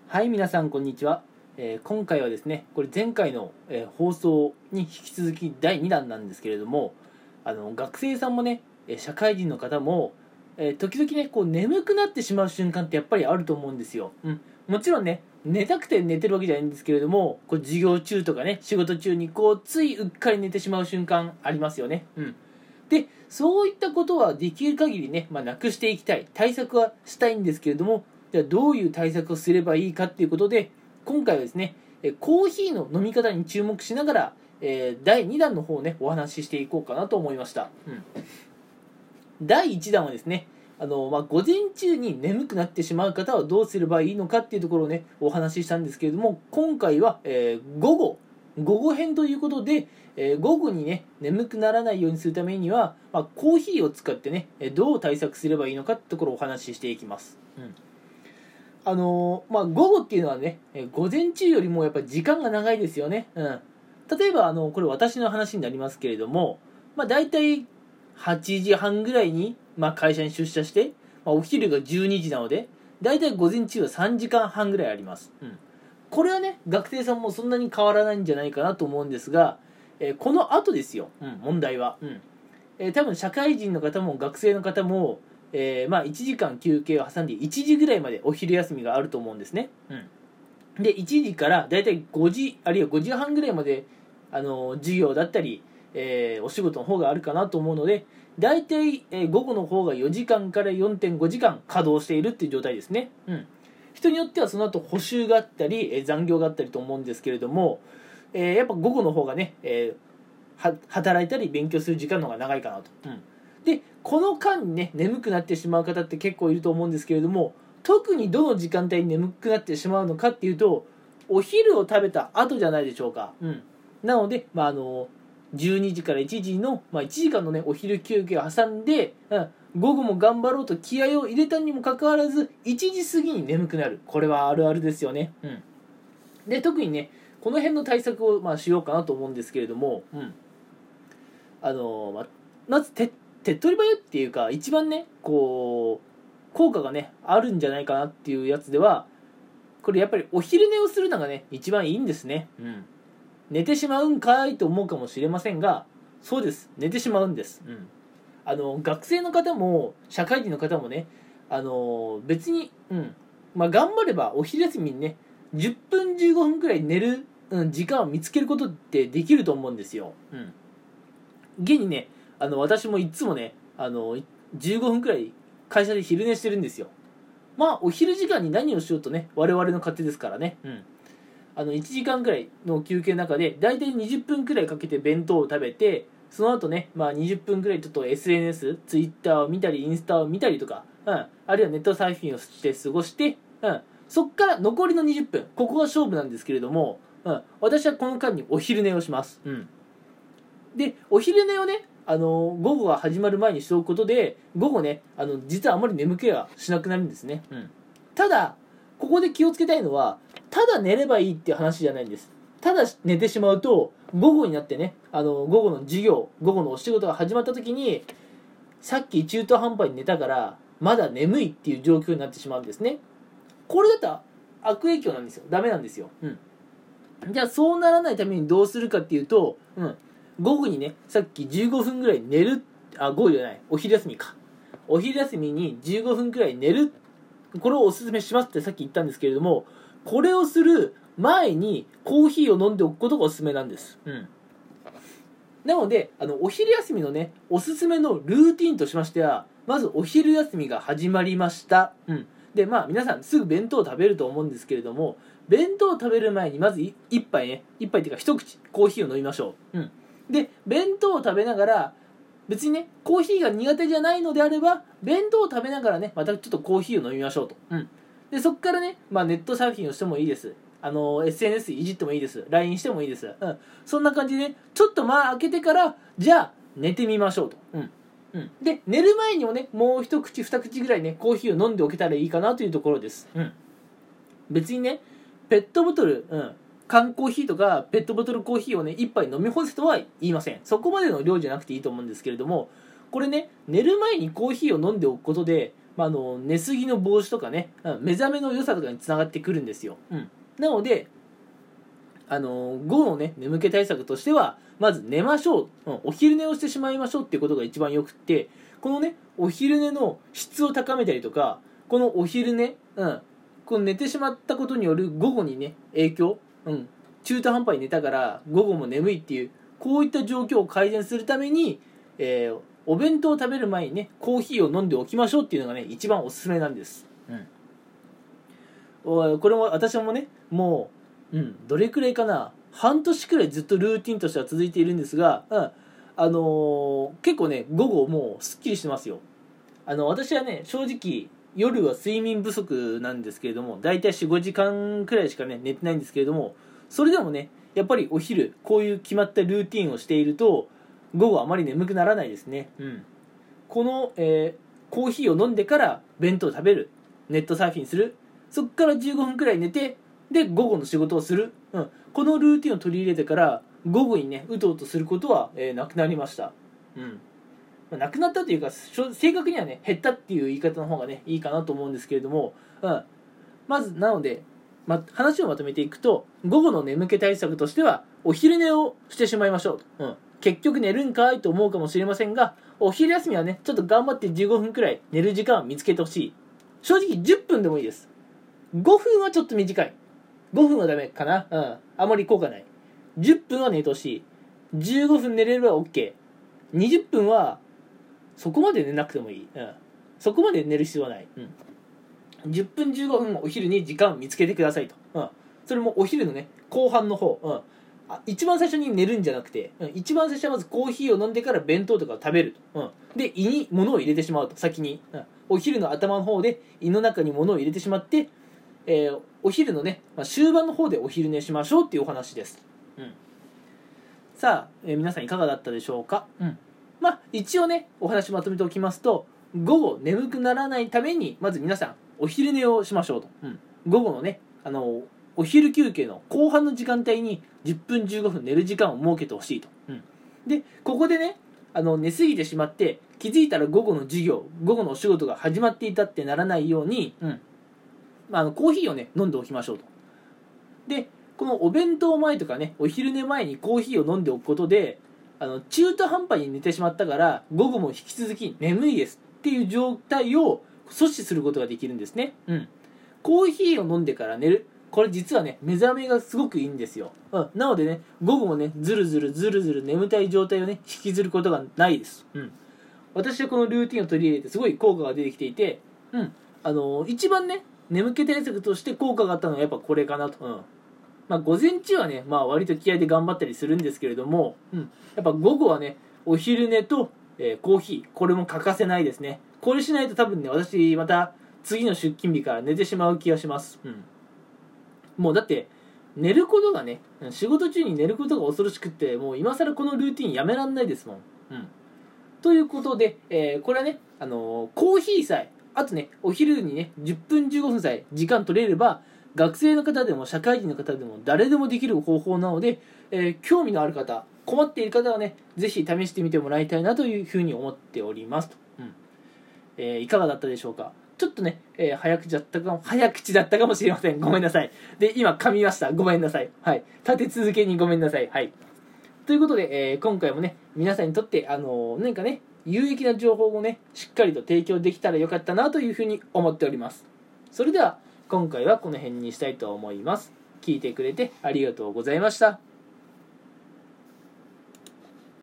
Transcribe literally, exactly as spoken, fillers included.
はい、皆さんこんにちは。えー今回はですね、これ前回の、えー放送に引き続きだいにだんなんですけれども、あの学生さんもね、えー社会人の方も、えー時々ね、こう眠くなってしまう瞬間ってやっぱりあると思うんですよ。うん、もちろんね、寝たくて寝てるわけじゃないんですけれども、こう授業中とかね、仕事中にこうついうっかり寝てしまう瞬間ありますよね。うん。で、そういったことはできる限りね、まあ、なくしていきたい、対策はしたいんですけれども、じゃあどういう対策をすればいいかっていうことで、今回はですね、えコーヒーの飲み方に注目しながら、えーだいにだんの方をね、お話ししていこうかなと思いました。うん、だいいちだんはですね、あのまあ、午前中に眠くなってしまう方はどうすればいいのかっていうところをね、お話ししたんですけれども、今回は、えー午後、午後編ということで、えー午後にね、眠くならないようにするためには、まあ、コーヒーを使ってね、えーどう対策すればいいのかってところをお話ししていきます。うんあのーまあ、午後っていうのはね、えー午前中よりもやっぱり時間が長いですよね。うん、例えばあのこれ私の話になりますけれども、まあ、大体はちじはんぐらいに、まあ、会社に出社して、まあ、お昼がじゅうにじなので大体午前中はさんじかんはんぐらいあります。うん、これはね学生さんもそんなに変わらないんじゃないかなと思うんですが、えーこの後ですよ、うん、問題は。うんえー多分社会人の方も学生の方もえーまあ、いちじかん休憩を挟んでいちじぐらいまでお昼休みがあると思うんですね。うん、でいちじからだいたいごじあるいはごじはんぐらいまで、あのー授業だったり、えーお仕事の方があるかなと思うので、だいたい、えー午後の方がよじかんから よんてんごじかん稼働しているっていう状態ですね。うん、人によってはその後補習があったり、えー残業があったりと思うんですけれども、えーやっぱ午後の方がね、えーは働いたり勉強する時間の方が長いかなと。うんでこの間にね眠くなってしまう方って結構いると思うんですけれども、特にどの時間帯に眠くなってしまうのかっていうと、お昼を食べた後じゃないでしょうか。うん、なので、まあ、あのじゅうにじからいちじの、まあ、いちじかんのねお昼休憩を挟んで、うん、午後も頑張ろうと気合を入れたにもかかわらずいちじ過ぎに眠くなる。これはあるあるですよね。うん、で特にねこの辺の対策を、まあ、しようかなと思うんですけれども、うんあのまあ、まず手手っ取り早いっていうか一番ねこう効果がねあるんじゃないかなっていうやつでは、これやっぱりお昼寝をするのがね一番いいんですね。うん、寝てしまうんかいと思うかもしれませんが、そうです、寝てしまうんです。うん、あの学生の方も社会人の方もね、あの別に、うんまあ、頑張ればお昼休みにねじゅっぷんじゅうごふんくらい寝る、うん、時間を見つけることってできると思うんですよ。うん現にね、あの私もいつもね、あのじゅうごふんくらい会社で昼寝してるんですよ。まあお昼時間に何をしようとね、我々の勝手ですからね。うん。あのいちじかんくらいの休憩の中でだいたいにじゅっぷんくらいかけて弁当を食べて、その後ね、まあ、にじゅっぷんくらいちょっと エスエヌエス、ツイッターを見たりインスタを見たりとか、うん、あるいはネットサーフィンをして過ごして、うん、そっから残りのにじゅっぷん、ここが勝負なんですけれども、うん、私はこの間にお昼寝をします。うんでお昼寝をね、あの午後が始まる前にしておくことで、午後ね、あの実はあまり眠気がしなくなるんですね。うん、ただここで気をつけたいのは、ただ寝ればいいっていう話じゃないんです。ただ寝てしまうと午後になってね、あの午後の授業、午後のお仕事が始まった時に、さっき中途半端に寝たからまだ眠いっていう状況になってしまうんですね。これだったら悪影響なんですよ。ダメなんですよ。うんじゃあそうならないためにどうするかっていうと、うん、午後にね、さっきじゅうごふんぐらい寝る、あ、午後じゃない、お昼休みか。お昼休みにじゅうごふんくらい寝る、これをおすすめしますってさっき言ったんですけれども、これをする前にコーヒーを飲んでおくことがおすすめなんです。うん。なので、あの、お昼休みのね、おすすめのルーティンとしましては、まずお昼休みが始まりました。うん。で、まあ皆さんすぐ弁当を食べると思うんですけれども、弁当を食べる前にまず一杯ね、一杯っていうか一口コーヒーを飲みましょう。うん。で、弁当を食べながら、別にね、コーヒーが苦手じゃないのであれば、弁当を食べながらね、またちょっとコーヒーを飲みましょうと。うん。で、そっからね、まあネットサーフィンをしてもいいです。あの、エスエヌエス いじってもいいです。ライン してもいいです。うん。そんな感じで、ね、ちょっと間開けてから、じゃあ、寝てみましょうと。うん。うん。で、寝る前にもね、もう一口二口ぐらいね、コーヒーを飲んでおけたらいいかなというところです。うん。別にね、ペットボトル、うん。缶コーヒーとかペットボトルコーヒーをね一杯飲み干すとは言いません。そこまでの量じゃなくていいと思うんですけれども、これね寝る前にコーヒーを飲んでおくことでまあ、あの寝すぎの防止とかね、目覚めの良さとかにつながってくるんですよ。うん、なのであの午後のね眠気対策としては、まず寝ましょう、うん、お昼寝をしてしまいましょうっていうことが一番よくって、このねお昼寝の質を高めたりとか、このお昼寝、うん、この寝てしまったことによる午後にね影響、うん、中途半端に寝たから午後も眠いっていう、こういった状況を改善するために、えー、お弁当を食べる前にねコーヒーを飲んでおきましょうっていうのがね一番おすすめなんです。うん、これも私もねもううん、どれくらいかな、半年くらいずっとルーティンとしては続いているんですが、うん、あのー、結構ね午後もうすっきりしてますよ。あの私はね正直夜は睡眠不足なんですけれども、だいたい よん,ご 時間くらいしかね寝てないんですけれども、それでもねやっぱりお昼こういう決まったルーティンをしていると午後あまり眠くならないですね。うん、この、えー、コーヒーを飲んでから弁当を食べる、ネットサーフィンする、そこからじゅうごふんくらい寝て、で午後の仕事をする、うん、このルーティンを取り入れてから午後にねうとうとすることは、えー、なくなりました。うん、まあ、なくなったというか正確にはね減ったっていう言い方の方がねいいかなと思うんですけれども、うん、まずなので、ま、話をまとめていくと、午後の眠気対策としてはお昼寝をしてしまいましょうと、うん、結局寝るんかいと思うかもしれませんが、お昼休みはねちょっと頑張ってじゅうごふんくらい寝る時間を見つけてほしい。正直じゅっぷんでもいいです。ごふんはちょっと短い、ごふんはダメかな、うん、あまり効果ない。じゅっぷんは寝てほしい。じゅうごふん寝れれば OK。にじゅっぷんはそこまで寝なくてもいい、うん、そこまで寝る必要はない、うん、じゅっぷんじゅうごふんお昼に時間を見つけてくださいと、うん、それもお昼のね後半の方、うん、あ一番最初に寝るんじゃなくて、うん、一番最初はまずコーヒーを飲んでから弁当とかを食べると、うん、で胃に物を入れてしまうと、先に、うん、お昼の頭の方で胃の中に物を入れてしまって、えー、お昼のね、まあ、終盤の方でお昼寝しましょうっていうお話です。うん、さあ、えー、皆さんいかがだったでしょうか。うん、まあ一応ねお話まとめておきますと、午後眠くならないためにまず皆さんお昼寝をしましょうと。うん、午後のねあのお昼休憩の後半の時間帯にじゅっぷんじゅうごふん寝る時間を設けてほしいと。うん、でここでねあの寝すぎてしまって気づいたら午後の授業午後のお仕事が始まっていたってならないように、うんあのコーヒーをね飲んでおきましょうと。でこのお弁当前とかねお昼寝前にコーヒーを飲んでおくことで、あの中途半端に寝てしまったから午後も引き続き眠いですっていう状態を阻止することができるんですね。うん、コーヒーを飲んでから寝る、これ実はね目覚めがすごくいいんですよ。うん、なのでね午後もねずるずるずるずる眠たい状態をね引きずることがないです。うん、私はこのルーティンを取り入れてすごい効果が出てきていて、うんあのー、一番ね眠気対策として効果があったのはやっぱこれかなと。うんまあ、午前中はね、まあ、割と気合で頑張ったりするんですけれども、うん、やっぱ午後はねお昼寝と、えー、コーヒー、これも欠かせないですね。これしないと多分ね私また次の出勤日から寝てしまう気がします。うん、もうだって寝ることがね仕事中に寝ることが恐ろしくって、もう今更このルーティンやめらんないですもん。うん、ということで、えー、これはね、あのー、コーヒーさえあとねお昼にねじゅっぷんじゅうごふんさえ時間取れれば学生の方でも社会人の方でも誰でもできる方法なので、えー、興味のある方、困っている方はねぜひ試してみてもらいたいなというふうに思っておりますと。うんえー、いかがだったでしょうか。ちょっとね、えー、早口だったかも早口だったかもしれません。ごめんなさい。で今噛みました。ごめんなさい。はい。立て続けにごめんなさい。はい。ということで、えー、今回もね皆さんにとってあのー、何かね有益な情報をねしっかりと提供できたらよかったなというふうに思っております。それでは今回はこの辺にしたいと思います。聞いてくれてありがとうございました。